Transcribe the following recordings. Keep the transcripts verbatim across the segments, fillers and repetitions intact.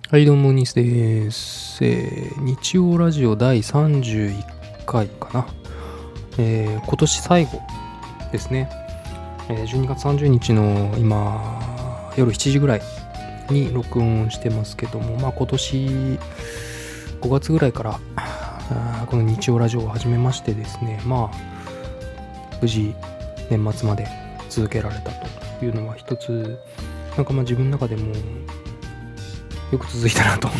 はい、どうも、ニスです。えー、日曜ラジオだいさんじゅういっかいかな。えー、今年最後ですね。えー、じゅうにがつさんじゅうにちの今、夜しちじぐらいに録音してますけども、まあ今年ごがつぐらいからあこの日曜ラジオを始めましてですね、まあ無事年末まで続けられたというのは一つ、なんかまあ自分の中でもよく続いたなとま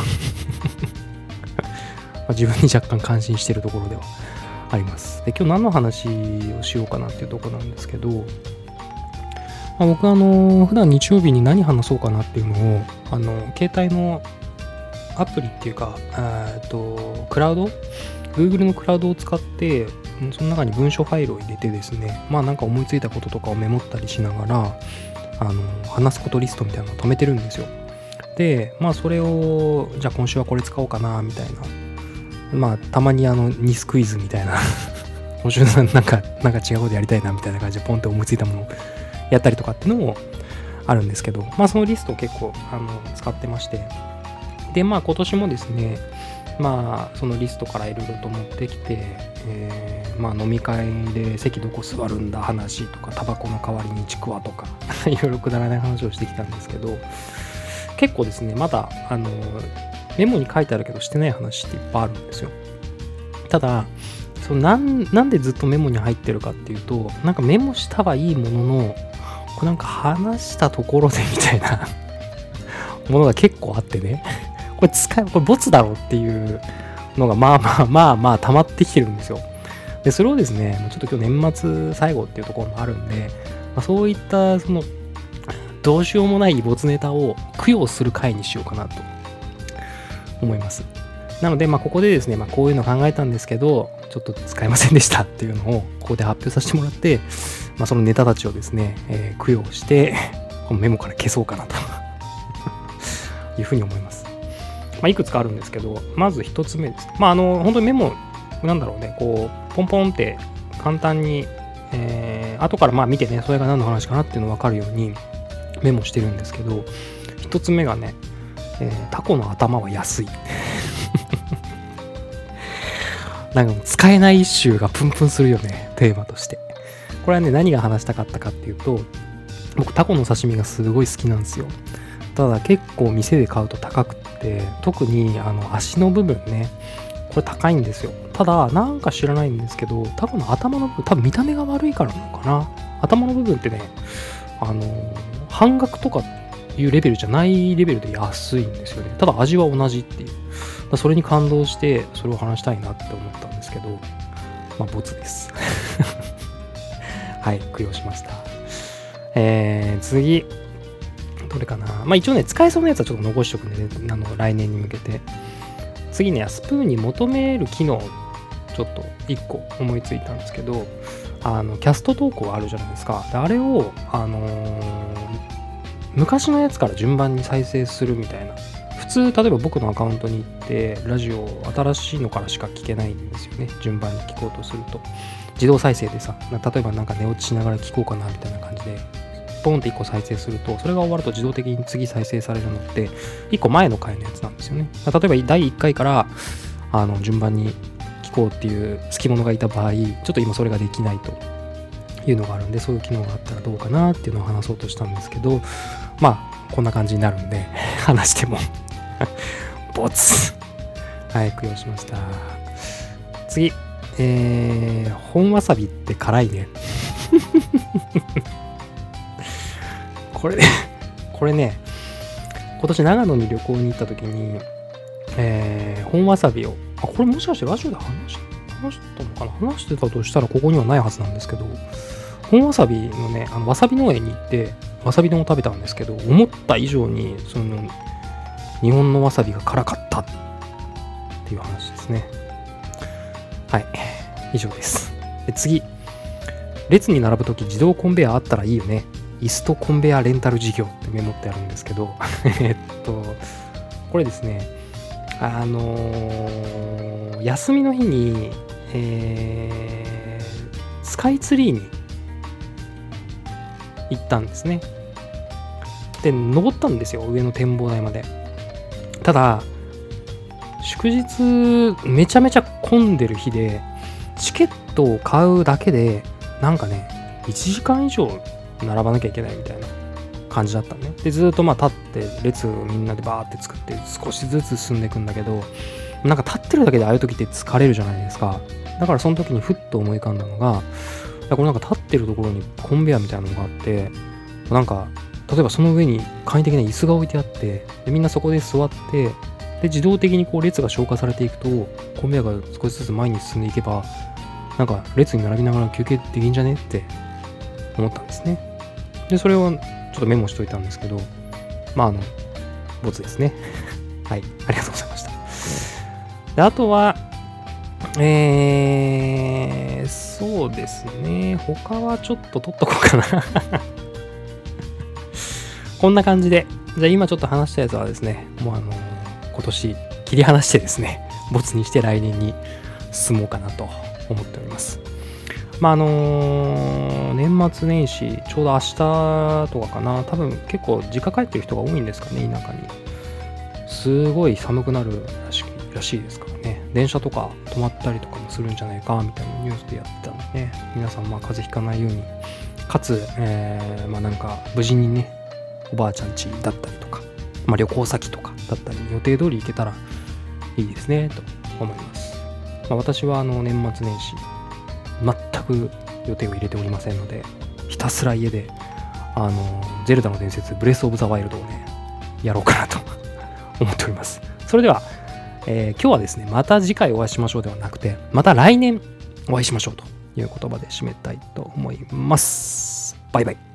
あ自分に若干感心しているところではあります。で、今日何の話をしようかなっていうところなんですけど、まあ、僕はあの普段日曜日に何話そうかなっていうのをあの携帯のアプリっていうか、えっとクラウド Google のクラウドを使ってその中に文書ファイルを入れてですね、まあなんか思いついたこととかをメモったりしながらあの話すことリストみたいなのを貯めてるんですよ。で、まあそれをじゃあ今週はこれ使おうかなみたいな、まあたまにあのニスクイズみたいな今週なんかなんか違うことやりたいなみたいな感じでポンって思いついたものをやったりとかっていうのもあるんですけど、まあそのリストを結構あの使ってまして、でまあ今年もですね、まあそのリストからいろいろと持ってきて、えー、まあ飲み会で席どこ座るんだ話とか、タバコの代わりにちくわとかいろいろくだらない話をしてきたんですけど、結構ですね、まだあのメモに書いてあるけどしてない話っていっぱいあるんですよ。ただそのなん、なんでずっとメモに入ってるかっていうと、なんかメモしたはいいものの、これなんか話したところでみたいなものが結構あってね、これ使い、これボツだろうっていうのがまあまあまあまあ溜まってきてるんですよ。で、それをですね、ちょっと今日年末最後っていうところもあるんで、まあ、そういったそのどうしようもない没ネタを供養する回にしようかなと思います。なので、まあ、ここでですね、まあ、こういうの考えたんですけど、ちょっと使えませんでしたっていうのをここで発表させてもらって、まあ、そのネタたちをですね、えー、供養して、このメモから消そうかなというふうに思います。まあ、いくつかあるんですけど、まず一つ目です。まあ、あの、本当にメモ、なんだろうね、こう、ポンポンって簡単に、えー、後からまあ見てね、それが何の話かなっていうのが分かるように、メモしてるんですけど、一つ目がね、えー、タコの頭は安いなんかもう使えない一周がプンプンするよね、テーマとして。これはね、何が話したかったかっていうと、僕タコの刺身がすごい好きなんですよ。ただ結構店で買うと高くって、特にあの足の部分ね、これ高いんですよ。ただなんか知らないんですけど、タコの頭の部分、多分見た目が悪いからなのかな。頭の部分ってね、あの半額とかいうレベルじゃないレベルで安いんですよね。ただ味は同じっていう。だそれに感動してそれを話したいなって思ったんですけど、まあボツですはい、供養しました。えー、次どれかな。まあ一応ね、使えそうなやつはちょっと残しておくんで、ね、あの来年に向けて。次ね、スプーンに求める機能ちょっといっこ思いついたんですけど、あのキャスト投稿あるじゃないですか。であれを、あのー、昔のやつから順番に再生するみたいな。普通例えば僕のアカウントに行ってラジオ新しいのからしか聞けないんですよね。順番に聞こうとすると自動再生でさ、例えばなんか寝落ちしながら聞こうかなみたいな感じでポンっていっこ再生すると、それが終わると自動的に次再生されるのっていっこまえの回のやつなんですよね。例えばだいいっかいからあの順番に聞こうっていう好き者がいた場合、ちょっと今それができないというのがあるんで、そういう機能があったらどうかなっていうのを話そうとしたんですけど、まあこんな感じになるんで話してもボツはい供養しました。次、えー、本わさびって辛いねこれこれね、今年長野に旅行に行った時に、えー、本わさびを、あ、これもしかしてラジオで話し話したのかな、話してたとしたらここにはないはずなんですけど、本わさびのね、あのわさび農園に行ってわさび丼を食べたんですけど、思った以上にその日本のわさびが辛かったっていう話ですね。はい、以上です。で次、列に並ぶとき自動コンベヤーあったらいいよね。椅子とコンベヤーレンタル事業ってメモってあるんですけどえっとこれですね、あのー、休みの日に、えー、スカイツリーに行ったんですね。で登ったんですよ、上の展望台まで。たただ祝日めちゃめちゃ混んでる日でチケットを買うだけでなんかねいちじかん以上並ばなきゃいけないみたいな感じだったね。でずっとまあ立って列をみんなでバーって作って少しずつ進んでいくんだけど、なんか立ってるだけでああいう時って疲れるじゃないですか。だからその時にふっと思い浮かんだのが、これなんか立ってるところにコンベヤみたいなのがあって、なんか例えばその上に簡易的な椅子が置いてあって、でみんなそこで座って、で自動的にこう列が消化されていくとコンベヤが少しずつ前に進んでいけば、なんか列に並びながら休憩できんじゃねって思ったんですね。でそれをちょっとメモしといたんですけど、まああのボツですね。はい、ありがとうございました。であとはえー、そうですね、他はちょっと取っとこうかな。こんな感じで、じゃあ今ちょっと話したやつはですね、もうあの今年切り離してですね、ボツにして来年に進もうかなと思っております。まああのー、年末年始ちょうど明日とかかな、多分結構実家帰ってる人が多いんですかね。田舎にすごい寒くなるらしいらしいですからね。電車とか止まったりとかもするんじゃないかみたいなニュースでやってたんでね、皆さんまあ風邪ひかないように、かつ、えー、まあなんか無事にねおばあちゃん家だったりとか、まあ、旅行先とかだったり予定通り行けたらいいですねと思います。まあ、私はあの年末年始全く予定を入れておりませんので、ひたすら家であのゼルダの伝説ブレスオブザワイルドをねやろうかなと思っております。それでは、えー、今日はですね、また次回お会いしましょうではなくて、また来年お会いしましょうという言葉で締めたいと思います。バイバイ。